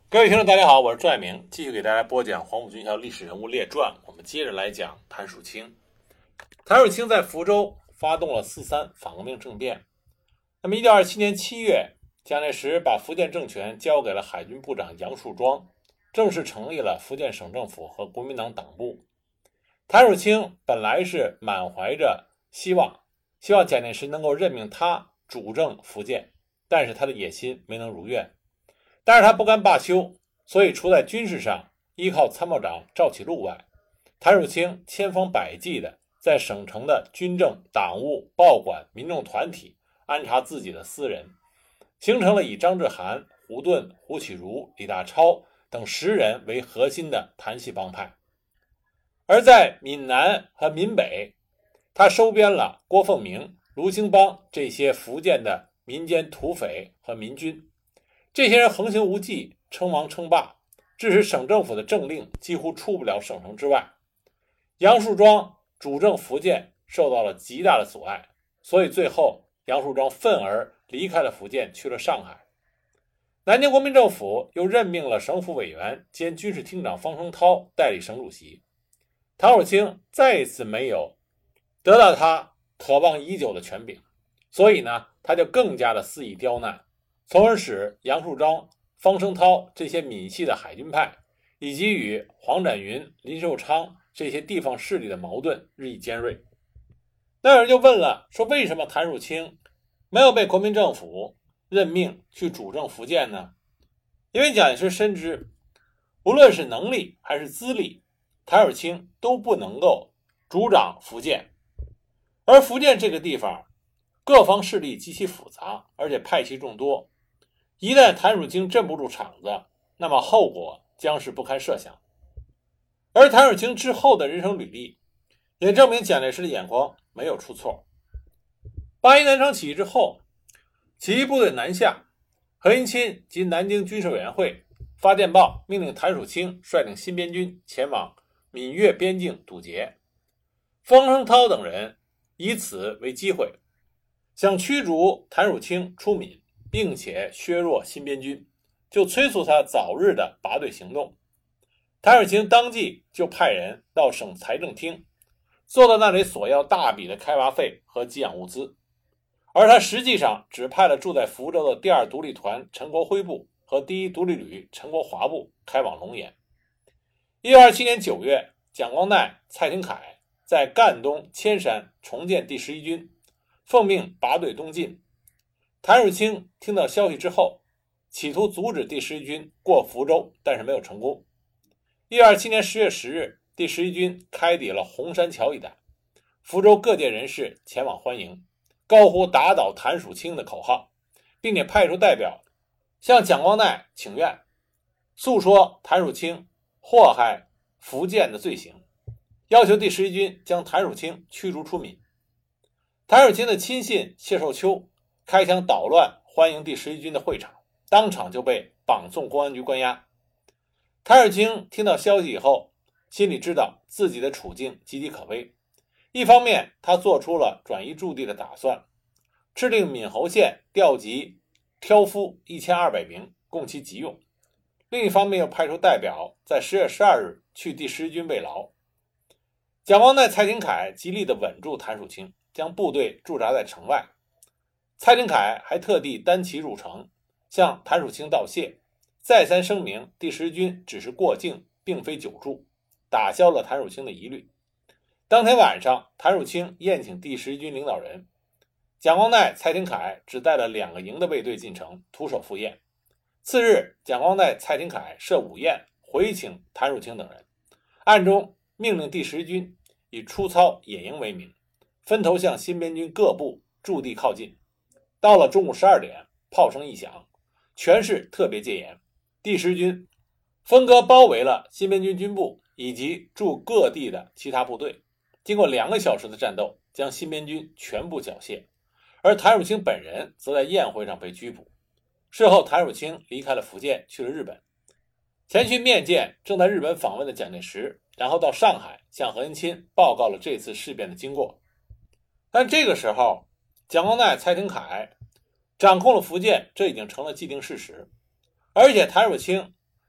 各位听众大家好，我是拽明，继续给大家播讲黄埔军校历史人物列传。我们接着来讲谭曙清。谭曙清在福州发动了4·3反革命政变。那么1927年7月，蒋介石把福建政权交给了海军部长杨树庄，正式成立了福建省政府和国民党党部。谭曙清本来是满怀着希望蒋介石能够任命他主政福建，但是他的野心没能如愿。但是他不甘罢休，所以除在军事上依靠参谋长赵启禄外，谭曙清千方百计地在省城的军政、党务、报馆、民众团体安插自己的私人，形成了以张志涵、胡顿、胡启儒、李大钊等10人为核心的谭系帮派。而在闽南和闽北，他收编了郭凤鸣、卢兴邦这些福建的民间土匪和民军。这些人横行无忌，称王称霸，致使省政府的政令几乎出不了省城之外。杨树庄主政福建受到了极大的阻碍，所以最后杨树庄愤而离开了福建，去了上海。南京国民政府又任命了省府委员兼军事厅长方声涛代理省主席。谭曙清再一次没有得到他渴望已久的权柄，所以呢，他就更加的肆意刁难，从而使杨树庄、方声涛这些闽系的海军派，以及与黄展云、林寿昌这些地方势力的矛盾日益尖锐。那有人就问了，说为什么谭曙清没有被国民政府任命去主政福建呢？因为蒋介石深知，无论是能力还是资历，谭曙清都不能够主掌福建。而福建这个地方各方势力极其复杂，而且派系众多，一旦谭曙清镇不住场子，那么后果将是不堪设想。而谭曙清之后的人生履历也证明蒋介石的眼光没有出错。八一南昌起义之后，起义部队南下，何应钦及南京军事委员会发电报命令谭曙清率领新编军前往闽粤边境堵截。方声涛等人以此为机会，想驱逐谭曙清出闽，并且削弱新编军，就催促他早日的拔队行动。谭曙清当即就派人到省财政厅，坐到那里索要大笔的开挖费和给养物资，而他实际上只派了住在福州的第2独立团陈国辉部和第1独立旅陈国华部开往龙岩。1927年9月，蒋光鼐、蔡廷锴在赣东千山重建第11军，奉命拔队东进。谭曙清听到消息之后，企图阻止第11军过福州，但是没有成功。1927年10月10日，第11军开抵了红山桥一带，福州各界人士前往欢迎，高呼打倒谭曙清的口号，并且派出代表向蒋光鼐请愿，诉说谭曙清祸害福建的罪行，要求第11军将谭曙清驱逐出闽。谭曙清的亲信谢寿秋开枪捣乱欢迎第11军的会场，当场就被绑送公安局关押。谭曙清听到消息以后，心里知道自己的处境岌岌可危。一方面，他做出了转移驻地的打算，制定闽侯县调集挑夫1200名供其急用；另一方面，又派出代表在10月12日去第11军慰劳。蒋光鼐、蔡廷锴极力地稳住谭曙清，将部队驻扎在城外。蔡廷锴还特地单骑入城，向谭曙清道谢，再三声明第11军只是过境，并非久驻，打消了谭曙清的疑虑。当天晚上，谭曙清宴请第11军领导人，蒋光鼐、蔡廷锴只带了2个营的卫队进城，徒手赴宴。次日，蒋光鼐、蔡廷锴设午宴回请谭曙清等人，暗中命令第11军以出操野营为名，分头向新编军各部驻地靠近。到了中午12点，炮声一响，全市特别戒严，第11军分割包围了新编军军部以及驻各地的其他部队。经过2个小时的战斗，将新编军全部缴械，而谭曙清本人则在宴会上被拘捕。事后，谭曙清离开了福建，去了日本，前去面见正在日本访问的蒋介石，然后到上海向何应钦报告了这次事变的经过。但这个时候，蒋光鼐、蔡廷锴掌控了福建，这已经成了既定事实。而且谭曙清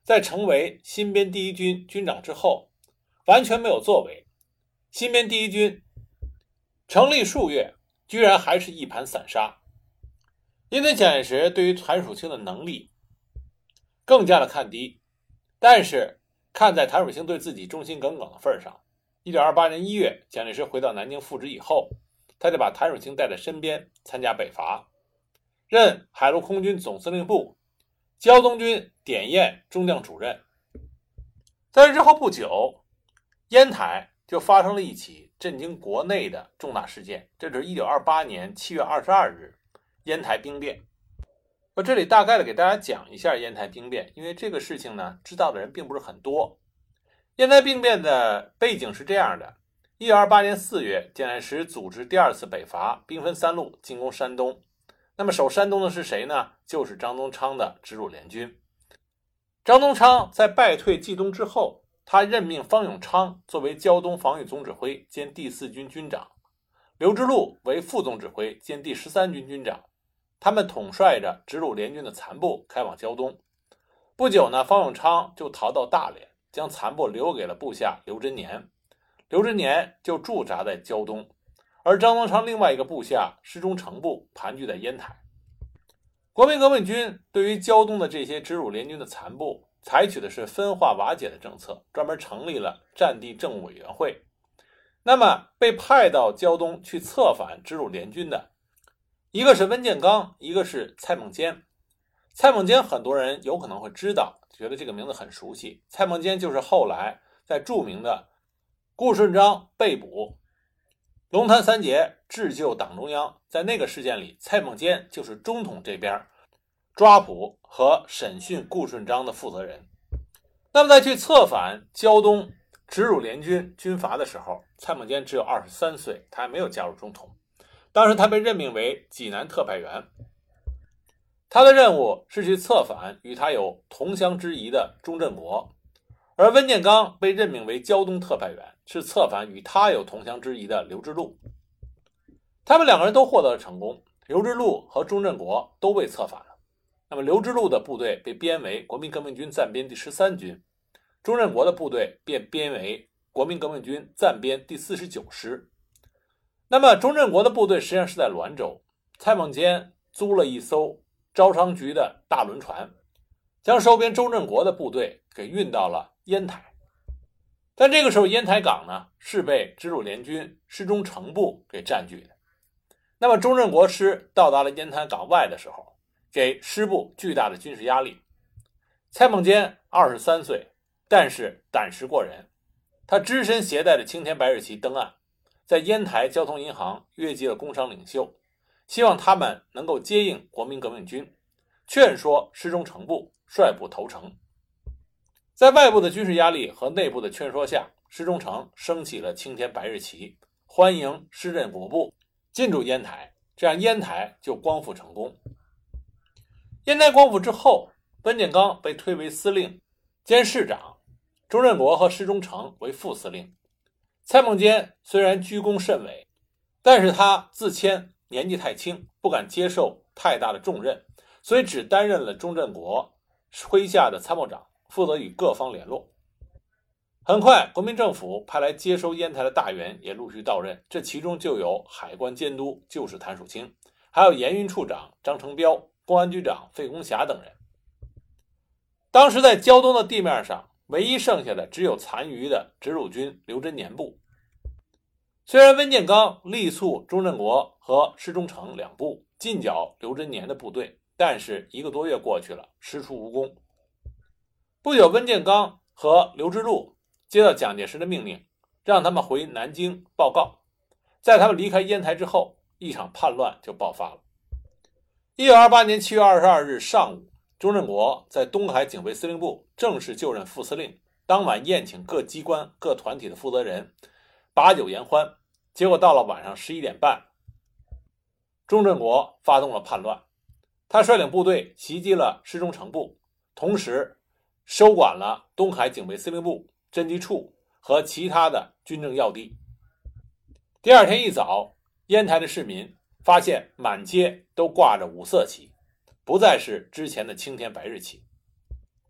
在成为新编第一军军长之后，完全没有作为。新编第一军成立数月，居然还是一盘散沙。因此蒋介石对于谭曙清的能力更加的看低，但是看在谭曙清对自己忠心耿耿的份上，1928年1月，蒋介石回到南京复职以后，他就把谭曙清带在身边参加北伐，任海陆空军总司令部胶东军典雁中将主任。在这之后不久，烟台就发生了一起震惊国内的重大事件，这就是1928年7月22日烟台兵变。我这里大概的给大家讲一下烟台兵变，因为这个事情呢，知道的人并不是很多。烟台兵变的背景是这样的：1928年4月，蒋介石组织第二次北伐，兵分三路进攻山东。那么守山东的是谁呢？就是张宗昌的直属联军。张宗昌在败退冀东之后，他任命方永昌作为胶东防御总指挥兼第4军军长，刘之禄为副总指挥兼第13军军长。他们统帅着直鲁联军的残部开往胶东。不久呢，方永昌就逃到大连，将残部留给了部下刘真年。刘真年就驻扎在胶东，而张宗昌另外一个部下施中诚部盘踞在烟台。国民革命军对于胶东的这些直鲁联军的残部采取的是分化瓦解的政策，专门成立了战地政务委员会。那么被派到胶东去策反直鲁联军的，一个是温建刚，一个是蔡孟坚。蔡孟坚很多人有可能会知道，觉得这个名字很熟悉。蔡孟坚就是后来在著名的顾顺章被捕、龙潭三杰智救党中央，在那个事件里，蔡孟坚就是中统这边抓捕和审讯顾顺章的负责人。那么在去策反胶东直鲁联军军阀的时候，蔡孟坚只有23岁，他还没有加入中统。当时他被任命为济南特派员，他的任务是去策反与他有同乡之谊的钟振国，而温建刚被任命为胶东特派员，是策反与他有同乡之谊的刘之禄。他们两个人都获得了成功，刘之禄和钟振国都被策反了。那么刘之禄的部队被编为国民革命军暂编第13军，钟振国的部队便编为国民革命军暂编第49师。那么钟振国的部队实际上是在滦州，蔡孟坚租了一艘招商局的大轮船，将收编钟振国的部队给运到了烟台。但这个时候烟台港呢是被直鲁联军施中诚部给占据的。那么钟振国师到达了烟台港外的时候，给师部巨大的军事压力。蔡孟坚23岁，但是胆识过人，他只身携带着青天白日旗登岸，在烟台交通银行约集了工商领袖，希望他们能够接应国民革命军，劝说施中诚部率部投诚。在外部的军事压力和内部的劝说下，施中诚升起了青天白日旗，欢迎施震国部进驻烟台，这样烟台就光复成功。烟台光复之后，温建刚被推为司令兼市长，钟振国和施中诚为副司令。蔡孟坚虽然居功甚伟，但是他自谦年纪太轻，不敢接受太大的重任，所以只担任了钟振国麾下的参谋长，负责与各方联络。很快，国民政府派来接收烟台的大员也陆续到任，这其中就有海关监督就是谭曙清，还有盐运处长张成彪、公安局长费公霞等人。当时在胶东的地面上，唯一剩下的只有残余的直鲁军刘真年部。虽然温建刚力促钟振国和施中诚两部进剿刘真年的部队，但是1个多月过去了，师出无功。不久，温建刚和刘之禄接到蒋介石的命令，让他们回南京报告。在他们离开烟台之后，一场叛乱就爆发了。1928年7月22日上午，钟振国在东海警备司令部正式就任副司令，当晚宴请各机关各团体的负责人，把酒言欢。结果到了晚上11点半，钟振国发动了叛乱，他率领部队袭击了施中诚部，同时收管了东海警备司令部、侦缉处和其他的军政要地。第二天一早，烟台的市民发现满街都挂着5色旗，不再是之前的青天白日旗。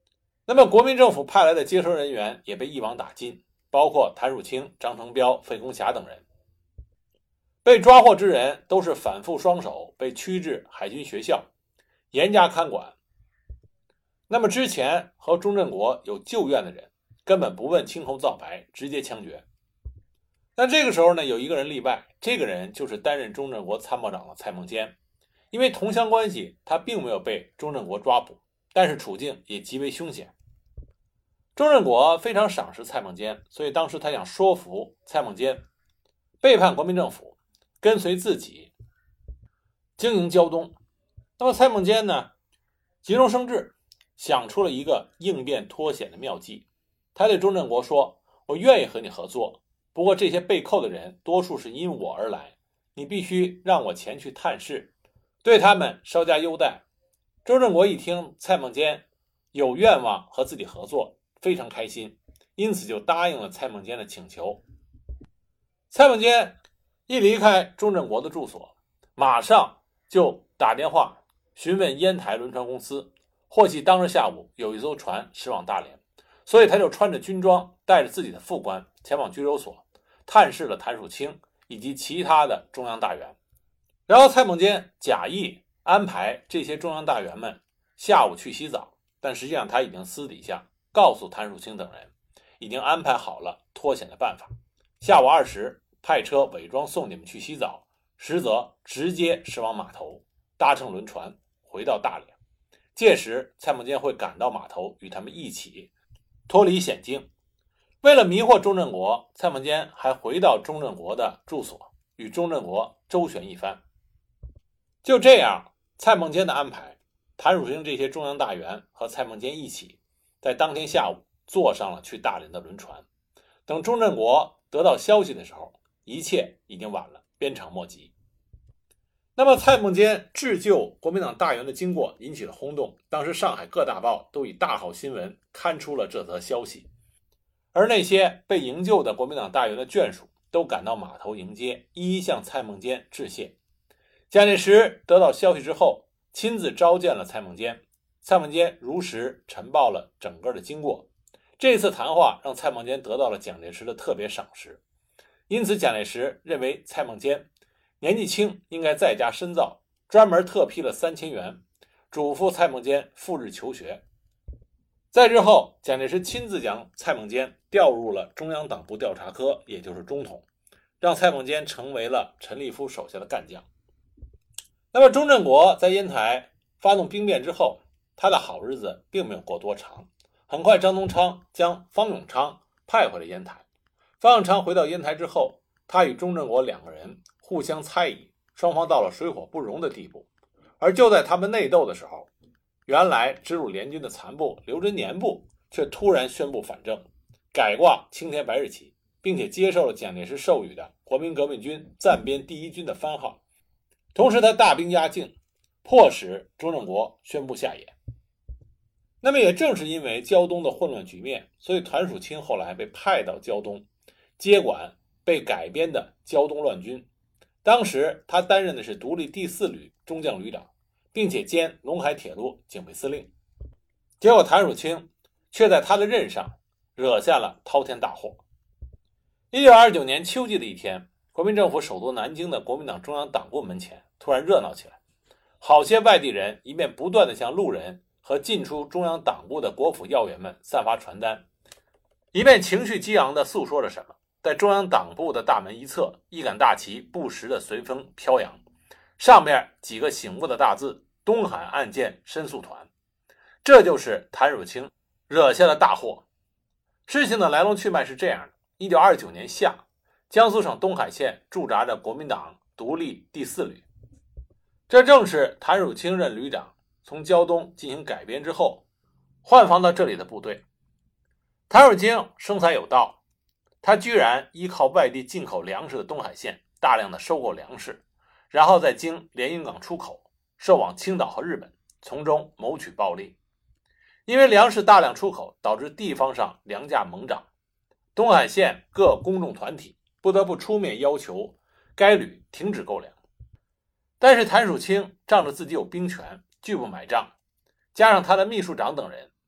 那么国民政府派来的接收人员也被一网打尽，包括谭树清、张成彪、费公霞等人。被抓获之人都是反复双手，被驱至海军学校，严加看管。那么之前和钟振国有旧怨的人，根本不问青红皂白，直接枪决。但这个时候呢，有一个人例外，这个人就是担任钟振国参谋长的蔡孟坚。因为同乡关系，他并没有被钟振国抓捕，但是处境也极为凶险。钟振国非常赏识蔡孟坚，所以当时他想说服蔡孟坚背叛国民政府，跟随自己经营胶东。那么蔡孟坚呢，急中生智，想出了一个应变脱险的妙计。他对钟振国说，我愿意和你合作，不过这些被扣的人多数是因我而来，你必须让我前去探视，对他们稍加优待。钟振国一听蔡孟坚有愿望和自己合作，非常开心，因此就答应了蔡孟坚的请求。蔡孟坚一离开钟振国的住所，马上就打电话询问烟台轮船公司，获悉当日下午有一艘船驶往大连，所以他就穿着军装，带着自己的副官前往拘留所，探视了谭树清以及其他的中央大员。然后蔡孟坚假意安排这些中央大员们下午去洗澡，但实际上他已经私底下告诉谭树清等人，已经安排好了脱险的办法。下午2时派车伪装送你们去洗澡，实则直接驶往码头，搭乘轮船回到大连。届时蔡孟坚会赶到码头，与他们一起脱离险境。为了迷惑钟振国，蔡孟坚还回到钟振国的住所，与钟振国周旋一番。就这样，蔡孟坚的安排，谭树清这些中央大员和蔡孟坚一起在当天下午坐上了去大连的轮船。等钟振国得到消息的时候，一切已经晚了，鞭长莫及。那么蔡孟坚智救国民党大员的经过引起了轰动，当时上海各大报都以大号新闻刊出了这则消息，而那些被营救的国民党大员的眷属都赶到码头迎接，一一向蔡孟坚致谢。蒋介石得到消息之后，亲自召见了蔡孟坚，蔡孟坚如实陈报了整个的经过。这次谈话让蔡孟坚得到了蒋介石的特别赏识，因此蒋介石认为蔡孟坚年纪轻，应该在家深造，专门特批了3000元，嘱咐蔡孟坚赴日求学。在之后，蒋介石亲自将蔡孟坚调入了中央党部调查科，也就是中统，让蔡孟坚成为了陈立夫手下的干将。那么钟振国在烟台发动兵变之后，他的好日子并没有过多长。很快张宗昌将方永昌派回了烟台。方永昌回到烟台之后，他与钟振国2个人互相猜疑，双方到了水火不容的地步。而就在他们内斗的时候，原来直隶联军的残部刘真年部却突然宣布反正，改挂青天白日旗，并且接受了蒋介石授予的国民革命军暂编第1军的番号。同时他大兵压境，迫使钟振国宣布下野。那么也正是因为胶东的混乱局面，所以谭树清后来被派到胶东接管被改编的胶东乱军。当时他担任的是独立第4旅中将旅长，并且兼陇海铁路警备司令。结果谭树清却在他的任上惹下了滔天大祸。1929年秋季的一天，国民政府首都南京的国民党中央党部门前突然热闹起来，好些外地人一面不断地向路人和进出中央党部的国府要员们散发传单，一面情绪激昂地诉说着什么。在中央党部的大门一侧，一杆大旗不时地随风飘扬，上面几个醒目的大字：东海案件申诉团。这就是谭树清惹下了大祸。事情的来龙去脉是这样的：1929年夏，江苏省东海县驻扎着国民党独立第4旅，这正是谭树清任旅长从胶东进行改编之后换防到这里的部队。谭树清生财有道，他居然依靠外地进口粮食的东海县大量的收购粮食，然后再经连云港出口，售往青岛和日本，从中谋取暴利。因为粮食大量出口，导致地方上粮价猛涨，东海县各公众团体不得不出面要求该旅停止购粮。但是谭树清仗着自己有兵权，拒不买账，加上他的秘书长等人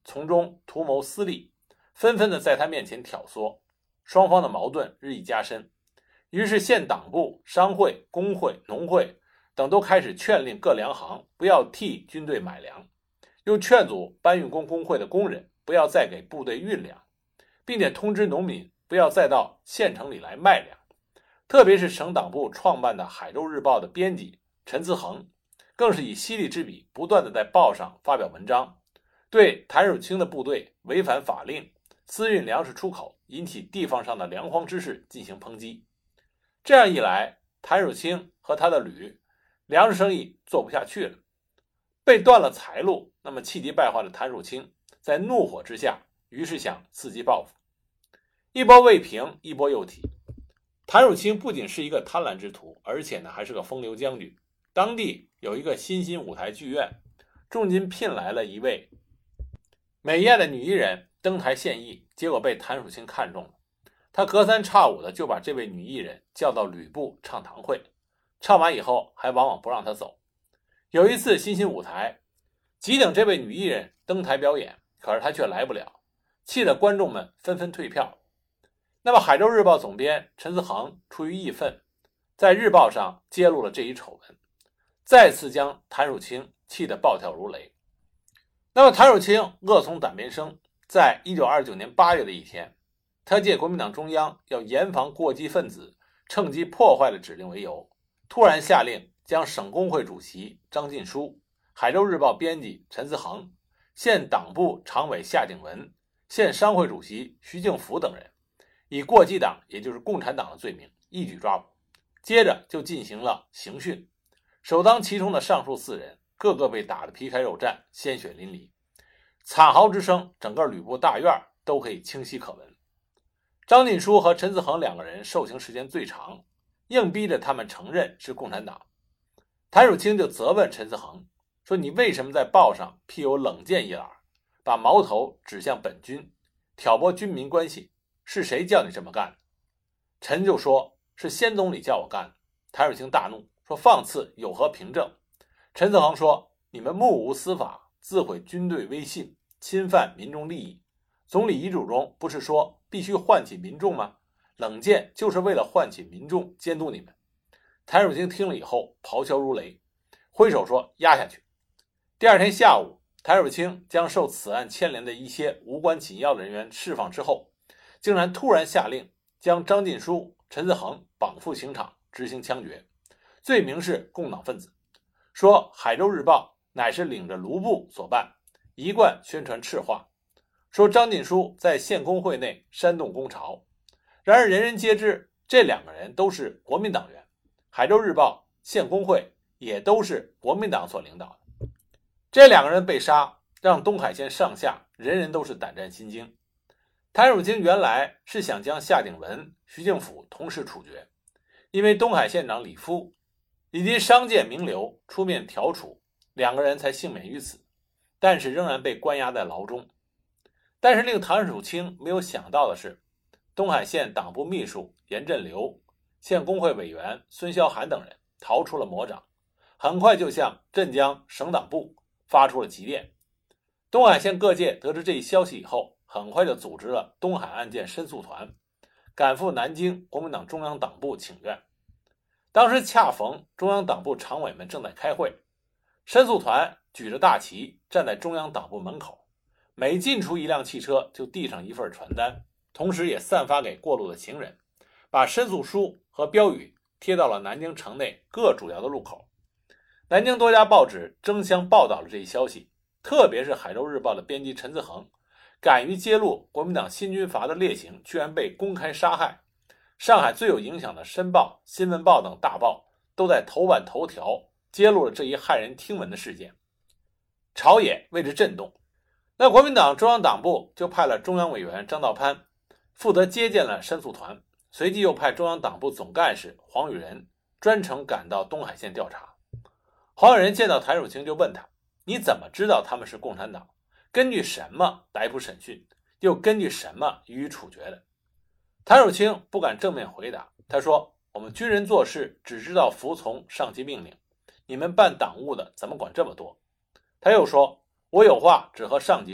从中图谋私利，纷纷的在他面前挑唆，双方的矛盾日益加深。于是县党部、商会、工会、农会等都开始劝令各粮行不要替军队买粮，又劝阻搬运工工会的工人不要再给部队运粮，并且通知农民不要再到县城里来卖粮。特别是省党部创办的《海州日报》的编辑陈思衡，更是以犀利之笔不断的在报上发表文章，对谭汝清的部队违反法令、私运粮食出口，引起地方上的粮荒之势进行抨击。这样一来，谭汝清和他的旅粮食生意做不下去了，被断了财路。那么气急败坏的谭汝清在怒火之下，于是想伺机报复。一波未平，一波又起。谭汝清不仅是一个贪婪之徒，而且呢还是个风流将军。当地有一个新兴舞台剧院，重金聘来了一位美艳的女艺人登台献艺，结果被谭汝清看中了。他隔三差五的就把这位女艺人叫到吕布唱堂会，唱完以后还往往不让她走。有一次新兴舞台急等这位女艺人登台表演，可是她却来不了，气得观众们纷纷退票。那么海州日报总编陈思衡出于义愤，在日报上揭露了这一丑闻，再次将谭汝清气得暴跳如雷。那么谭汝清恶从胆边生，在1929年8月的一天，他借国民党中央要严防过激分子趁机破坏的指令为由，突然下令将省工会主席张晋书、海州日报编辑陈思衡、县党部常委夏鼎文、县商会主席徐敬福等人以过激党，也就是共产党的罪名一举抓捕。接着就进行了刑讯，首当其冲的上述4人个个被打得皮开肉绽，鲜血淋漓，惨嚎之声整个吕布大院都可以清晰可闻。张晋书和陈思衡2个人受刑时间最长，硬逼着他们承认是共产党。谭汝清就责问陈思衡说，你为什么在报上披有冷箭一栏，把矛头指向本军，挑拨军民关系，是谁叫你这么干？陈就说是先总理叫我干。谭汝清大怒说，放肆有何凭证？陈思衡说，你们目无司法，自毁军队威信，侵犯民众利益。总理遗嘱中不是说必须唤起民众吗？冷箭就是为了唤起民众监督你们。谭汝清听了以后咆哮如雷，挥手说压下去。第二天下午，谭汝清将受此案牵连的一些无关紧要的人员释放之后，竟然突然下令将张晋书、陈思衡绑赴刑场执行枪决，罪名是共党分子，说海州日报乃是领着卢布所办，一贯宣传赤话，说张晋书在县工会内煽动工潮。然而人人皆知，这2个人都是国民党员，海州日报、县工会也都是国民党所领导的。这2个人被杀，让东海县上下人人都是胆战心惊。谭汝清原来是想将夏鼎文、徐敬甫同时处决，因为东海县长李夫以及商界名流出面调处，2个人才幸免于此，但是仍然被关押在牢中。但是令谭汝清没有想到的是，东海县党部秘书严振流、县工会委员孙霄涵等人逃出了魔掌，很快就向镇江省党部发出了急电。东海县各界得知这一消息以后，很快就组织了东海案件申诉团，赶赴南京国民党中央党部请愿。当时恰逢中央党部常委们正在开会，申诉团举着大旗站在中央党部门口，每进出一辆汽车就递上一份传单，同时也散发给过路的行人，把申诉书和标语贴到了南京城内各主要的路口。南京多家报纸争相报道了这一消息，特别是海州日报的编辑陈思衡敢于揭露国民党新军阀的劣行居然被公开杀害。上海最有影响的申报、新闻报等大报都在头版头条揭露了这一骇人听闻的事件，朝野为之震动。那国民党中央党部就派了中央委员张道藩负责接见了申诉团，随即又派中央党部总干事黄宇仁专程赶到东海县调查。黄宇仁见到谭汝清就问他，你怎么知道他们是共产党？根据什么逮捕审讯？又根据什么予以处决的？谭汝清不敢正面回答，他说，我们军人做事只知道服从上级命令，你们办党务的怎么管这么多？他又说，我有话只和上级说，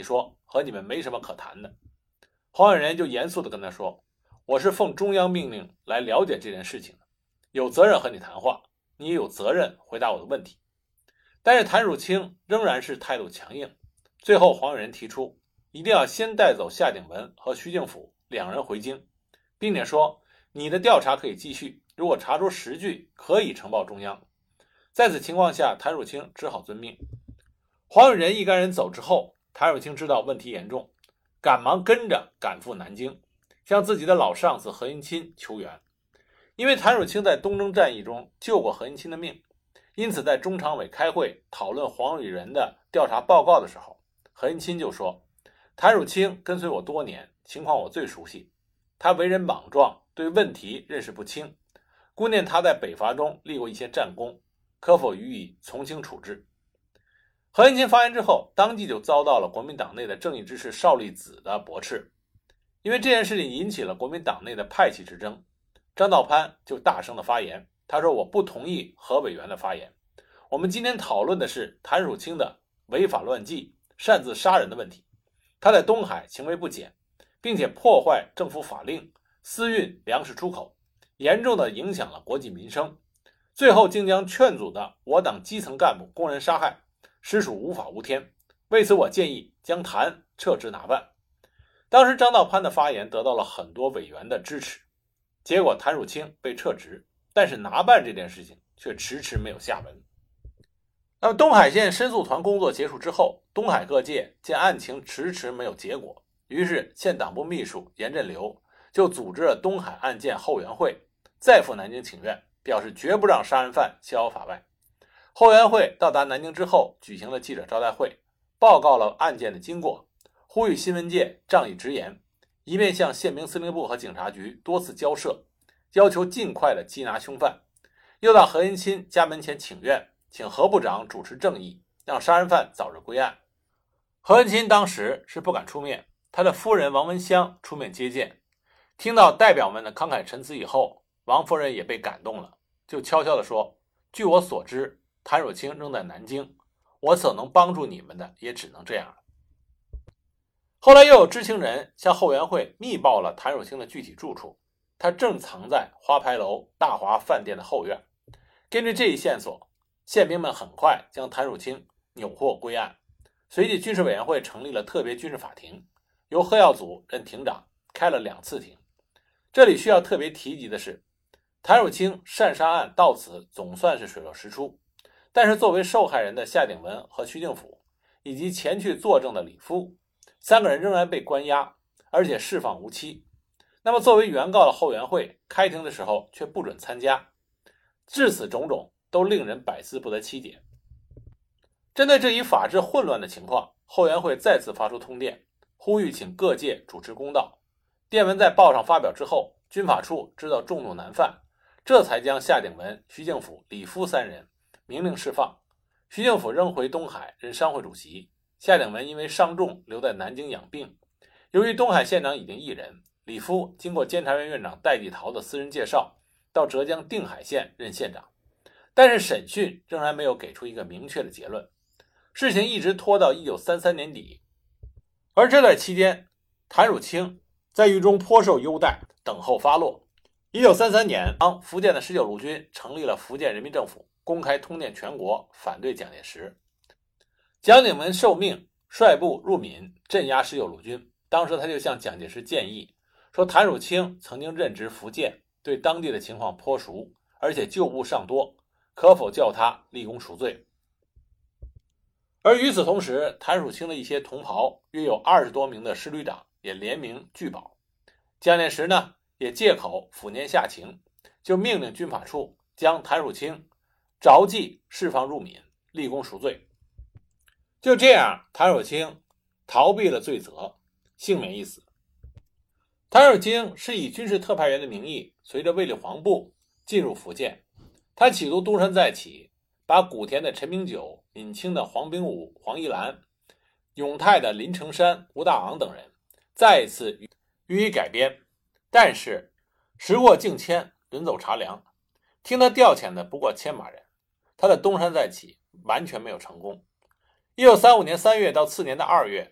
和你们没什么可谈的。黄永仁就严肃地跟他说，我是奉中央命令来了解这件事情的，有责任和你谈话，你也有责任回答我的问题。但是谭汝清仍然是态度强硬，最后黄永仁提出一定要先带走夏鼎文和徐敬甫两人回京，并且说你的调查可以继续，如果查出实据可以呈报中央。在此情况下，谭汝清只好遵命。黄永仁一干人走之后，谭汝清知道问题严重，赶忙跟着赶赴南京，向自己的老上司何应钦求援。因为谭汝清在东征战役中救过何应钦的命，因此在中常委开会讨论黄永仁的调查报告的时候，何应钦就说，谭汝清跟随我多年，情况我最熟悉，他为人莽撞，对问题认识不清，估念他在北伐中立过一些战功，可否予以从轻处置。何应钦发言之后，当即就遭到了国民党内的正义之士邵力子的驳斥。因为这件事情引起了国民党内的派系之争，张道藩就大声的发言，他说，我不同意何委员的发言，我们今天讨论的是谭汝清的违法乱纪、擅自杀人的问题，他在东海行为不检，并且破坏政府法令，私运粮食出口，严重的影响了国计民生，最后竟将劝阻的我党基层干部公然杀害，实属无法无天。为此我建议将谭撤职拿办。当时张道藩的发言得到了很多委员的支持，结果谭汝清被撤职，但是拿办这件事情却迟迟没有下文。那么东海县申诉团工作结束之后，东海各界见案情迟迟没有结果，于是县党部秘书严振流就组织了东海案件后援会，再赴南京请愿，表示绝不让杀人犯逍遥法外。后援会到达南京之后，举行了记者招待会，报告了案件的经过，呼吁新闻界仗义直言，一面向宪兵司令部和警察局多次交涉，要求尽快的缉拿凶犯，又到何应钦家门前请愿，请何部长主持正义，让杀人犯早日归案。何应钦当时是不敢出面，他的夫人王文香出面接见，听到代表们的慷慨陈词以后，王夫人也被感动了，就悄悄地说，据我所知，谭汝清仍在南京，我所能帮助你们的也只能这样了。后来又有知情人向后援会密报了谭汝清的具体住处，他正藏在花牌楼大华饭店的后院。根据这一线索，宪兵们很快将谭汝清扭获归案。随即军事委员会成立了特别军事法庭，由贺耀祖任庭长，开了2次庭。这里需要特别提及的是，谭汝清擅杀案到此总算是水落石出，但是作为受害人的夏鼎文和徐敬甫以及前去作证的李夫3个人仍然被关押，而且释放无期。那么作为原告的后援会开庭的时候却不准参加，至此种种都令人百思不得其解。针对这一法治混乱的情况，后援会再次发出通电，呼吁请各界主持公道。电文在报上发表之后，军法处知道众怒难犯，这才将夏鼎文、徐敬甫、李夫3人明令释放。徐敬甫仍回东海任商会主席，夏鼎文因为伤重留在南京养病。由于东海县长已经易人，李夫经过监察院院长戴季陶的私人介绍，到浙江定海县任县长，但是审讯仍然没有给出一个明确的结论。事情一直拖到1933年底，而这段期间，谭汝清在狱中颇受优待，等候发落。1933年，福建的19路军成立了福建人民政府，公开通电全国，反对蒋介石。蒋鼎文受命率部入闽，镇压19路军。当时他就向蒋介石建议说，谭汝清曾经任职福建，对当地的情况颇熟，而且旧部尚多，可否叫他立功赎罪？而与此同时，谭汝清的一些同袍约有20多名的师旅长也联名拒保。蒋介石呢，也借口抚年下情，就命令军法处将谭汝清着即释放入闽，立功赎罪。就这样，谭汝清逃避了罪责，幸免一死。谭汝清是以军事特派员的名义，随着卫立煌部进入福建，他企图东山再起，把古田的陈明九、闽清的黄炳武、黄一兰、永泰的林成山、吴大昂等人再一次予以改编。但是时过境迁，人走茶凉，听他调遣的不过千把人，他的东山再起完全没有成功。1935年3月到次年的2月，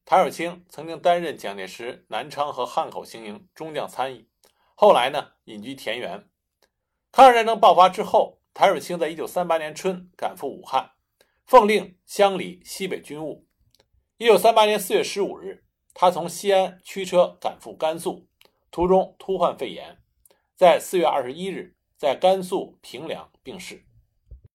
谭友清曾经担任蒋介石南昌和汉口行营中将参议，后来呢隐居田园。抗日战争爆发之后，谭友清在1938年春赶赴武汉，奉令乡里西北军务。1938年4月15日，他从西安驱车赶赴甘肃，途中突患肺炎，在4月21日在甘肃平凉病逝。